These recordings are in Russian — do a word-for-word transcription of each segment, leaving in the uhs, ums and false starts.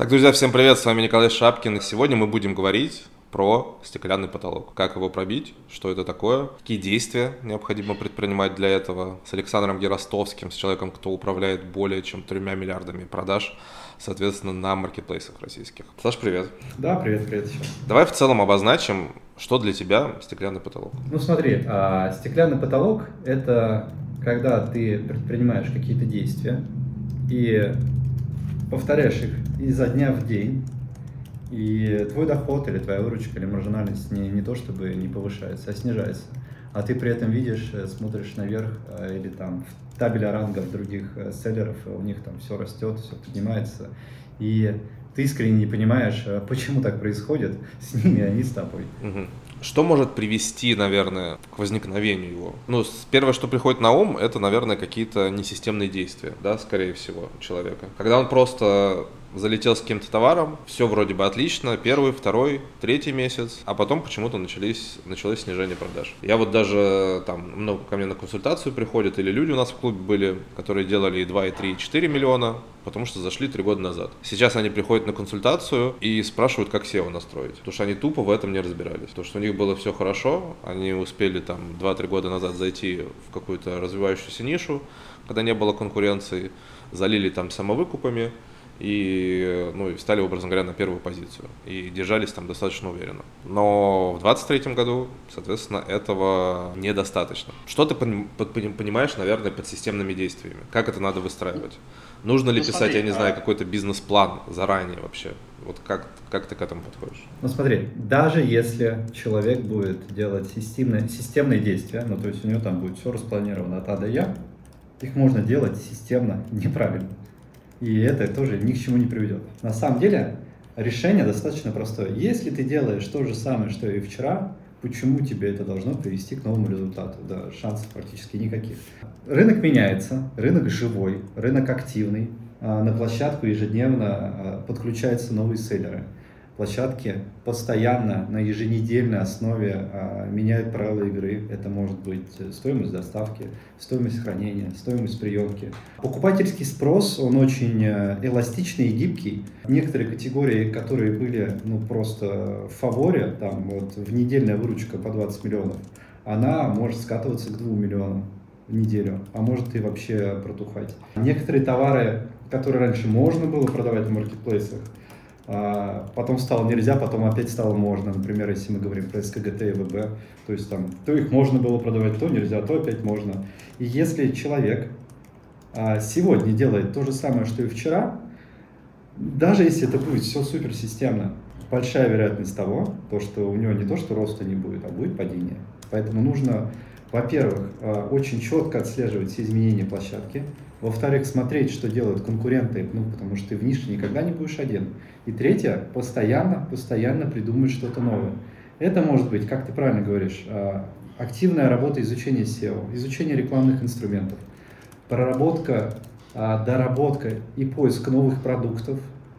Так, друзья, всем привет, с вами Николай Шапкин, и сегодня мы будем говорить про стеклянный потолок. Как его пробить, что это такое, какие действия необходимо предпринимать для этого. С Александром Яростовским, с человеком, кто управляет более чем тремя миллиардами продаж, соответственно, на маркетплейсах российских. Саш, привет. Да, привет, привет еще. Давай в целом обозначим, что для тебя стеклянный потолок. Ну смотри, а, стеклянный потолок – это когда ты предпринимаешь какие-то действия и повторяешь их изо дня в день, и твой доход или твоя выручка или маржинальность не, не то чтобы не повышается, а снижается. А ты при этом видишь, смотришь наверх или там в табеле рангов других селлеров, у них там все растет, все поднимается, и ты искренне не понимаешь, почему так происходит с ними, а не с тобой. Угу. Что может привести, наверное, к возникновению его? Ну, первое, что приходит на ум, это, наверное, какие-то несистемные действия, да, скорее всего, человека. Когда он просто залетел с каким-то товаром, все вроде бы отлично, первый, второй, третий месяц, а потом почему-то начались, началось снижение продаж. Я вот даже там много ко мне на консультацию приходят, или люди у нас в клубе были, которые делали и два, и три, и четыре миллиона, потому что зашли три года назад. Сейчас они приходят на консультацию и спрашивают, как сео настроить, потому что они тупо в этом не разбирались. Потому что у них было все хорошо, они успели там два-три года назад зайти в какую-то развивающуюся нишу, когда не было конкуренции, залили там самовыкупами, и, ну, и встали, образно говоря, на первую позицию. И держались там достаточно уверенно. Но в двадцать третьем году, соответственно, этого недостаточно. Что ты понимаешь, наверное, под системными действиями? Как это надо выстраивать? Нужно ли ну, писать, смотри, я не а... знаю, какой-то бизнес-план заранее вообще? Вот как, как ты к этому подходишь? Ну смотри, даже если человек будет делать системные, системные действия, ну то есть у него там будет все распланировано от А до Я, их можно делать системно неправильно. И это тоже ни к чему не приведет. На самом деле решение достаточно простое. Если ты делаешь то же самое, что и вчера, почему тебе это должно привести к новому результату? Да, шансов практически никаких. Рынок меняется, рынок живой, рынок активный. На площадку ежедневно подключаются новые селлеры. Площадки постоянно на еженедельной основе а, меняют правила игры. Это может быть стоимость доставки, стоимость хранения, стоимость приемки. Покупательский спрос, он очень эластичный и гибкий. Некоторые категории, которые были ну, просто в фаворе, там вот в недельная выручка по двадцать миллионов, она может скатываться к двум миллионам в неделю, а может и вообще протухать. Некоторые товары, которые раньше можно было продавать в маркетплейсах, потом стало нельзя, потом опять стало можно. Например, если мы говорим про СКГТ и ВБ, то есть там то их можно было продавать, то нельзя, то опять можно. И если человек сегодня делает то же самое, что и вчера, даже если это будет все суперсистемно, большая вероятность того, то, что у него не то, что роста не будет, а будет падение. Поэтому нужно, во-первых, очень четко отслеживать все изменения площадки. Во-вторых, смотреть, что делают конкуренты, ну, потому что ты в нише никогда не будешь один. И третье, постоянно, постоянно придумать что-то новое. Это может быть, как ты правильно говоришь, активная работа изучения сео, изучение рекламных инструментов, проработка, доработка и поиск новых продуктов,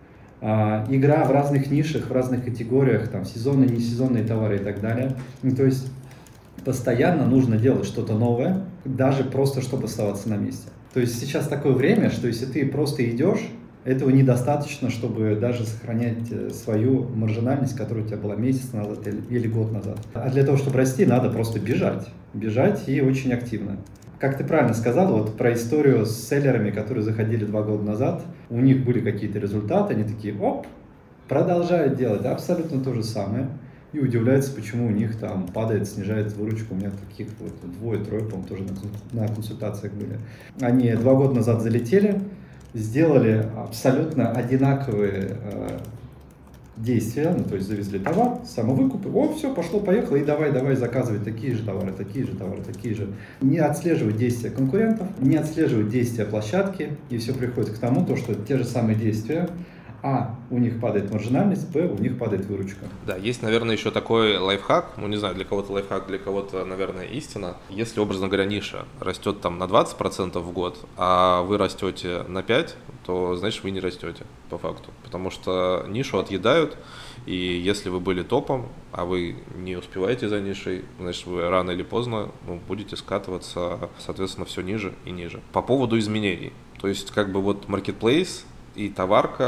игра в разных нишах, в разных категориях, там, сезонные, несезонные товары и так далее. Ну, то есть постоянно нужно делать что-то новое, даже просто чтобы оставаться на месте. То есть сейчас такое время, что если ты просто идешь, этого недостаточно, чтобы даже сохранять свою маржинальность, которая у тебя была месяц назад или год назад. А для того, чтобы расти, надо просто бежать. Бежать и очень активно. Как ты правильно сказал, вот про историю с селлерами, которые заходили два года назад, у них были какие-то результаты, они такие, оп, продолжают делать абсолютно то же самое. И удивляются, почему у них там падает, снижается выручка. У меня таких вот двое-трое, по-моему, тоже на консультациях были. Они два года назад залетели, сделали абсолютно одинаковые э, действия, ну, то есть завезли товар, самовыкупы, о, все, пошло-поехало, и давай-давай заказывать такие же товары, такие же товары, такие же. Не отслеживать действия конкурентов, не отслеживать действия площадки, и все приходит к тому, то, что те же самые действия, а, у них падает маржинальность, б, у них падает выручка. Да, есть, наверное, еще такой лайфхак, ну не знаю, для кого-то лайфхак, для кого-то, наверное, истина. Если, образно говоря, ниша растет там на двадцать процентов в год, а вы растете на пять процентов, то значит вы не растете по факту. Потому что нишу отъедают, и если вы были топом, а вы не успеваете за нишей, значит вы рано или поздно ну, будете скатываться, соответственно, все ниже и ниже. По поводу изменений. То есть как бы вот marketplace и товарка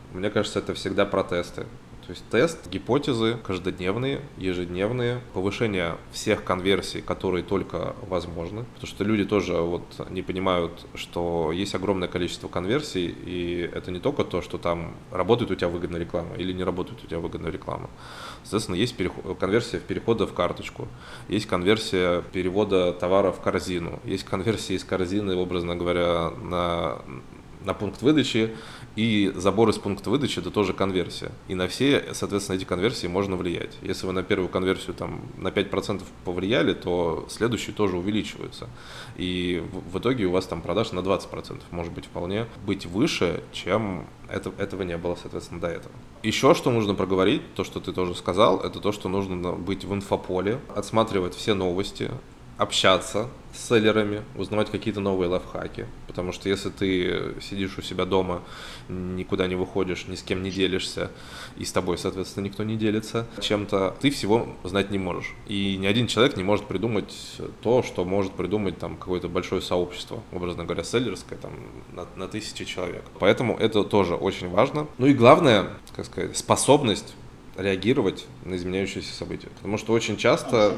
Мне кажется, это всегда про тесты. То есть тест, гипотезы каждодневные, ежедневные, повышение всех конверсий, которые только возможны. Потому что люди тоже вот не понимают, что есть огромное количество конверсий, и это не только то, что там работает у тебя выгодная реклама или не работает у тебя выгодная реклама. Соответственно, есть переход, конверсия в перехода в карточку, есть конверсия перевода товара в корзину, есть конверсия из корзины, образно говоря, на... на пункт выдачи, и забор из пункта выдачи – это тоже конверсия. И на все, соответственно, эти конверсии можно влиять. Если вы на первую конверсию там, на пять процентов повлияли, то следующие тоже увеличиваются. И в, в итоге у вас там продаж на двадцать процентов может быть вполне быть выше, чем это, этого не было, соответственно, до этого. Еще что нужно проговорить, то, что ты тоже сказал, это то, что нужно быть в инфополе, отсматривать все новости, общаться с селлерами, узнавать какие-то новые лайфхаки. Потому что если ты сидишь у себя дома, никуда не выходишь, ни с кем не делишься, и с тобой, соответственно, никто не делится чем-то, ты всего знать не можешь. И ни один человек не может придумать то, что может придумать там какое-то большое сообщество, образно говоря, селлерское, там, на, на тысячи человек. Поэтому это тоже очень важно. Ну и главное, как сказать, способность реагировать на изменяющиеся события. Потому что очень часто...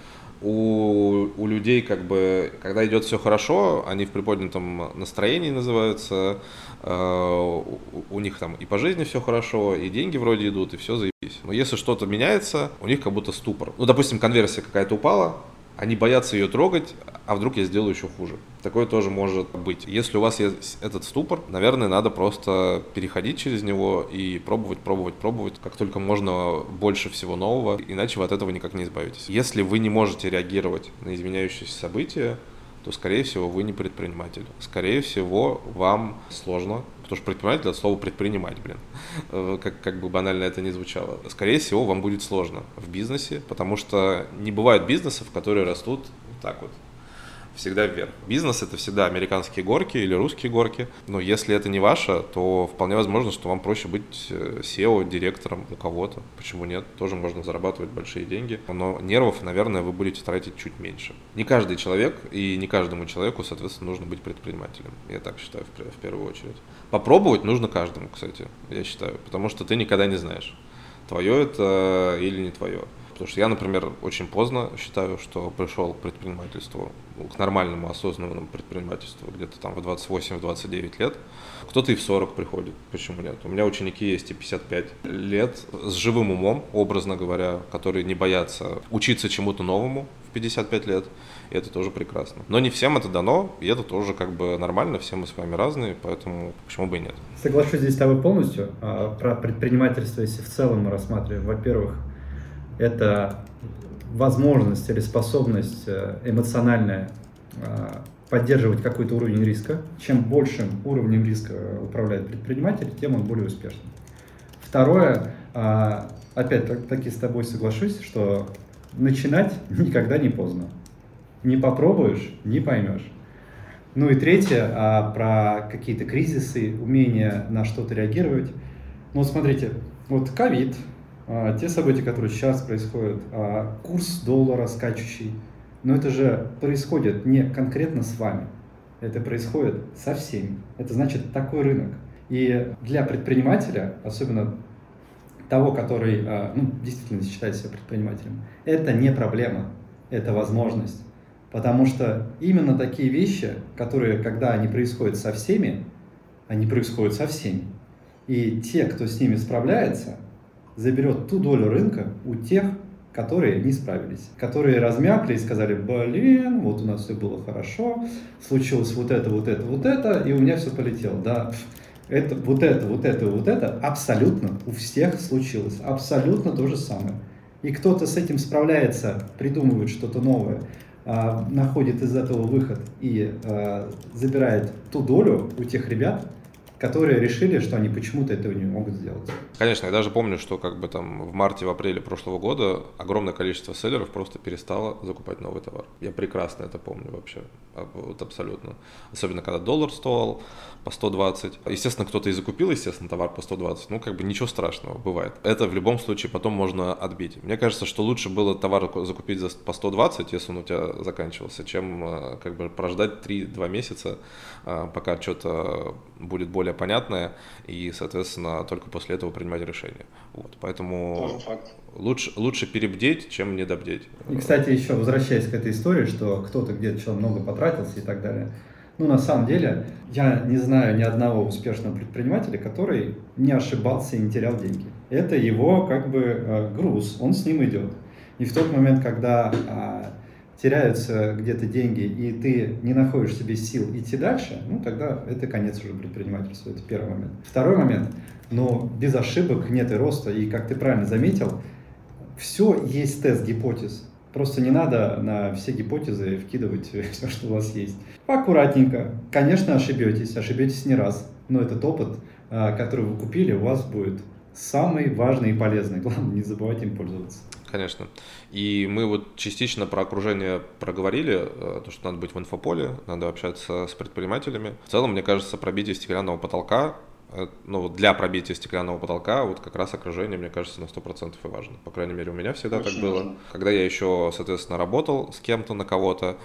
У, у людей, как бы, когда идет все хорошо, они в приподнятом настроении называются, э, у, у них там и по жизни все хорошо, и деньги вроде идут, и все заебись. Но если что-то меняется, у них как будто ступор. Ну, допустим, конверсия какая-то упала, они боятся ее трогать, а вдруг я сделаю еще хуже. Такое тоже может быть. Если у вас есть этот ступор, наверное, надо просто переходить через него и пробовать, пробовать, пробовать, как только можно больше всего нового, иначе вы от этого никак не избавитесь. Если вы не можете реагировать на изменяющиеся события, то, скорее всего, вы не предприниматель. Скорее всего, вам сложно, потому что предприниматель — это слово «предпринимать», блин, как, как бы банально это ни звучало. Скорее всего, вам будет сложно в бизнесе, потому что не бывает бизнесов, которые растут вот так вот, всегда вверх. Бизнес — это всегда американские горки или русские горки, но если это не ваше, то вполне возможно, что вам проще быть сео, директором у кого-то. Почему нет? Тоже можно зарабатывать большие деньги, но нервов, наверное, вы будете тратить чуть меньше. Не каждый человек и не каждому человеку, соответственно, нужно быть предпринимателем. Я так считаю в, в первую очередь. Попробовать нужно каждому, кстати, я считаю, потому что ты никогда не знаешь, твое это или не твое. Потому что я, например, очень поздно считаю, что пришел к предпринимательству, к нормальному осознанному предпринимательству, где-то там в двадцать восемь - двадцать девять лет. Кто-то и в сорок приходит, почему нет? У меня ученики есть и пятьдесят пять лет с живым умом, образно говоря, которые не боятся учиться чему-то новому в пятьдесят пять лет, и это тоже прекрасно. Но не всем это дано, и это тоже как бы нормально, все мы с вами разные, поэтому почему бы и нет. Соглашусь здесь с тобой полностью. Про предпринимательство, если в целом мы рассматриваем, во-первых, это возможность или способность эмоциональная поддерживать какой-то уровень риска. Чем большим уровнем риска управляет предприниматель, тем он более успешный. Второе, опять-таки с тобой соглашусь, что начинать никогда не поздно. Не попробуешь, не поймешь. Ну и третье, про какие-то кризисы, умение на что-то реагировать. Ну вот смотрите, вот ковид, те события, которые сейчас происходят, курс доллара скачущий, но это же происходит не конкретно с вами, это происходит со всеми. Это значит такой рынок. И для предпринимателя, особенно того, который ну, действительно считает себя предпринимателем, это не проблема, это возможность. Потому что именно такие вещи, которые, когда они происходят со всеми, они происходят со всеми. И те, кто с ними справляется, заберет ту долю рынка у тех, которые не справились, которые размякли и сказали: блин, вот у нас все было хорошо, случилось вот это, вот это, вот это, и у меня все полетело. Да, это, вот это, вот это, вот это абсолютно у всех случилось, абсолютно то же самое. И кто-то с этим справляется, придумывает что-то новое, находит из этого выход и забирает ту долю у тех ребят, которые решили, что они почему-то этого не могут сделать. Конечно, я даже помню, что как бы там в марте, в апреле прошлого года огромное количество селлеров просто перестало закупать новый товар. Я прекрасно это помню вообще, вот абсолютно. Особенно когда доллар стоил по сто двадцать. Естественно, кто-то и закупил, естественно, товар по сто двадцать, ну как бы ничего страшного, бывает. Это в любом случае потом можно отбить. Мне кажется, что лучше было товар закупить за, по сто двадцать, если он у тебя заканчивался, чем как бы прождать три-два месяца, пока что-то будет более понятное, и, соответственно, только после этого принимать решение. Вот, поэтому лучше, лучше перебдеть, чем недобдеть. И, кстати, еще возвращаясь к этой истории, что кто-то где-то что много потратился и так далее. Ну, на самом деле, я не знаю ни одного успешного предпринимателя, который не ошибался и не терял деньги. Это его, как бы, э, груз, он с ним идет. И в тот момент, когда э, теряются где-то деньги, и ты не находишь себе сил идти дальше, ну, тогда это конец уже предпринимательства, это первый момент. Второй момент, но без ошибок нет и роста, и, как ты правильно заметил, все есть тест гипотез. Просто не надо на все гипотезы вкидывать все, что у вас есть. Аккуратненько. Конечно, ошибетесь, ошибетесь не раз. Но этот опыт, который вы купили, у вас будет самый важный и полезный. Главное, не забывайте им пользоваться. Конечно. И мы вот частично про окружение проговорили, то, что надо быть в инфополе, надо общаться с предпринимателями. В целом, мне кажется, пробитие стеклянного потолка, ну, для пробития стеклянного потолка вот как раз окружение, мне кажется, на сто процентов и важно. По крайней мере, у меня всегда Очень так было. Важно. Когда я еще, соответственно, работал с кем-то на кого-то,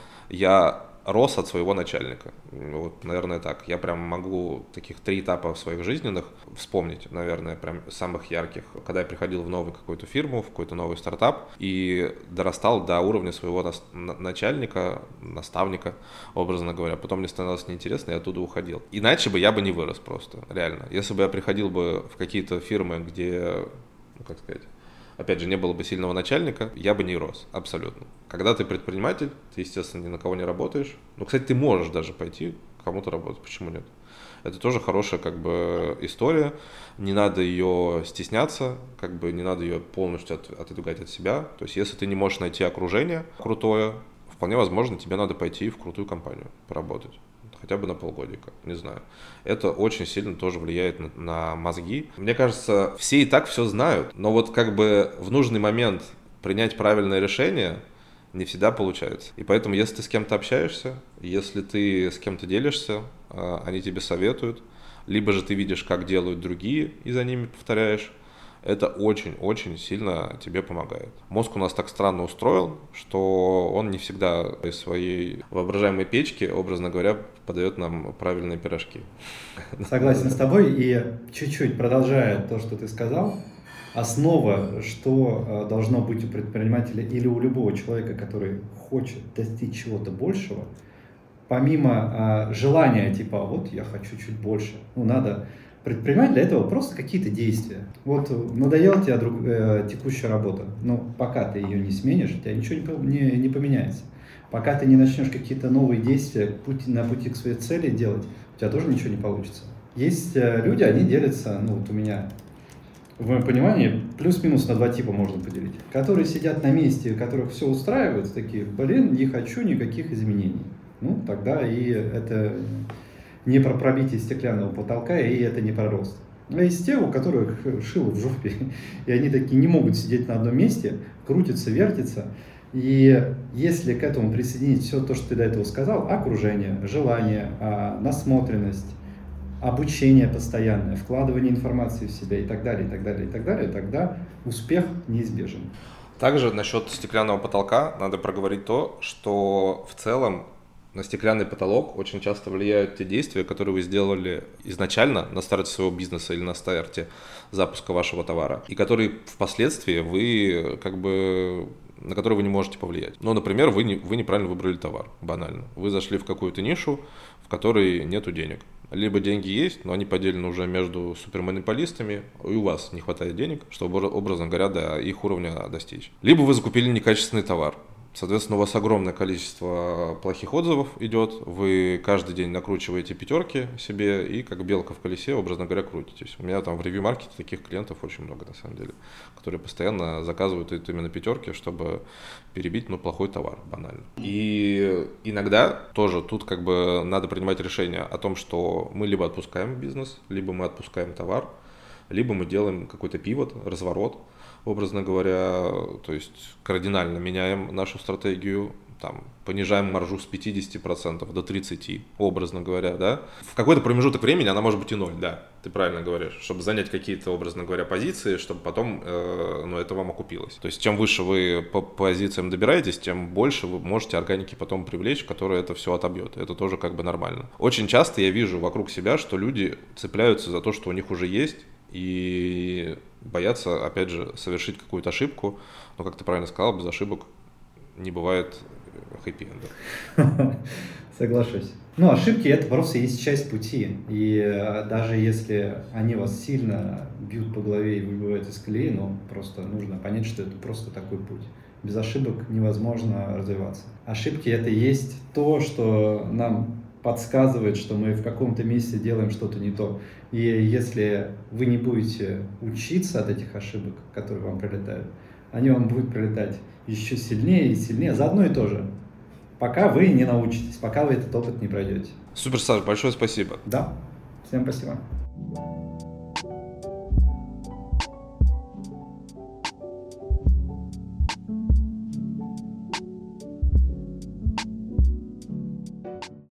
я рос от своего начальника. Вот, наверное, так. Я прям могу таких три этапа в своих жизненных вспомнить, наверное, прям самых ярких. Когда я приходил в новую какую-то фирму, в какой-то новый стартап и дорастал до уровня своего нас- начальника, наставника, образно говоря. Потом мне становилось неинтересно, я оттуда уходил. Иначе бы я бы не вырос просто, реально. Если бы я приходил бы в какие-то фирмы, где, ну, как сказать, опять же, не было бы сильного начальника, я бы не рос, абсолютно. Когда ты предприниматель, ты, естественно, ни на кого не работаешь. Ну, кстати, ты можешь даже пойти кому-то работать, почему нет? Это тоже хорошая, как бы, история. Не надо ее стесняться, как бы не надо ее полностью от, отодвигать от себя. То есть, если ты не можешь найти окружение крутое, вполне возможно, тебе надо пойти в крутую компанию поработать. Хотя бы на полгодика, не знаю. Это очень сильно тоже влияет на, на мозги. Мне кажется, все и так все знают, но вот как бы в нужный момент принять правильное решение не всегда получается. И поэтому, если ты с кем-то общаешься, если ты с кем-то делишься, они тебе советуют, либо же ты видишь, как делают другие, и за ними повторяешь, это очень-очень сильно тебе помогает. Мозг у нас так странно устроен, что он не всегда из своей воображаемой печки, образно говоря, подает нам правильные пирожки. Согласен с тобой, и чуть-чуть продолжая то, что ты сказал, основа, что должно быть у предпринимателя или у любого человека, который хочет достичь чего-то большего, помимо желания, типа, вот я хочу чуть больше, ну надо предпринимать для этого просто какие-то действия. Вот надоела тебе друг, э, текущая работа, но пока ты ее не сменишь, у тебя ничего не, не, не поменяется. Пока ты не начнешь какие-то новые действия пути, на пути к своей цели делать, у тебя тоже ничего не получится. Есть э, люди, они делятся, ну вот у меня, в моем понимании, плюс-минус на два типа можно поделить. Которые сидят на месте, которых все устраивает, такие, блин, не хочу никаких изменений. Ну, тогда и это не про пробитие стеклянного потолка, и это не про рост. А есть те, у которых шило в жопе, и они такие не могут сидеть на одном месте, крутятся, вертятся. И если к этому присоединить все то, что ты до этого сказал, окружение, желание, насмотренность, обучение постоянное, вкладывание информации в себя и так далее, и так далее, и так далее, тогда успех неизбежен. Также насчет стеклянного потолка надо проговорить то, что в целом на стеклянный потолок очень часто влияют те действия, которые вы сделали изначально на старте своего бизнеса или на старте запуска вашего товара, и которые впоследствии вы как бы на которые вы не можете повлиять. Ну, например, вы, не, вы неправильно выбрали товар, банально. Вы зашли в какую-то нишу, в которой нету денег. Либо деньги есть, но они поделены уже между супермонополистами, и у вас не хватает денег, чтобы, образно говоря, до их уровня достичь. Либо вы закупили некачественный товар. Соответственно, у вас огромное количество плохих отзывов идет, вы каждый день накручиваете пятерки себе и как белка в колесе, образно говоря, крутитесь. У меня там в ревью-маркете таких клиентов очень много, на самом деле, которые постоянно заказывают именно пятерки, чтобы перебить, ну, плохой товар, банально. И иногда тоже тут как бы надо принимать решение о том, что мы либо отпускаем бизнес, либо мы отпускаем товар, либо мы делаем какой-то пивот, разворот, образно говоря, то есть кардинально меняем нашу стратегию, там, понижаем маржу с пятидесяти процентов до тридцати процентов, образно говоря, да. В какой-то промежуток времени она может быть и ноль, да, ты правильно говоришь, чтобы занять какие-то, образно говоря, позиции, чтобы потом, э, ну, это вам окупилось. То есть, чем выше вы по позициям добираетесь, тем больше вы можете органики потом привлечь, которая это все отобьет. Это тоже как бы нормально. Очень часто я вижу вокруг себя, что люди цепляются за то, что у них уже есть, и боятся, опять же, совершить какую-то ошибку. Но, как ты правильно сказал, без ошибок не бывает хэппи-энда. Соглашусь. Ну, ошибки — это просто есть часть пути. И даже если они вас сильно бьют по голове и выбивают из колеи, ну, просто нужно понять, что это просто такой путь. Без ошибок невозможно развиваться. Ошибки — это есть то, что нам подсказывает, что мы в каком-то месте делаем что-то не то. И если вы не будете учиться от этих ошибок, которые вам прилетают, они вам будут прилетать еще сильнее и сильнее за одно и то же. Пока вы не научитесь, пока вы этот опыт не пройдете. Супер, Саш, большое спасибо. Да, всем спасибо.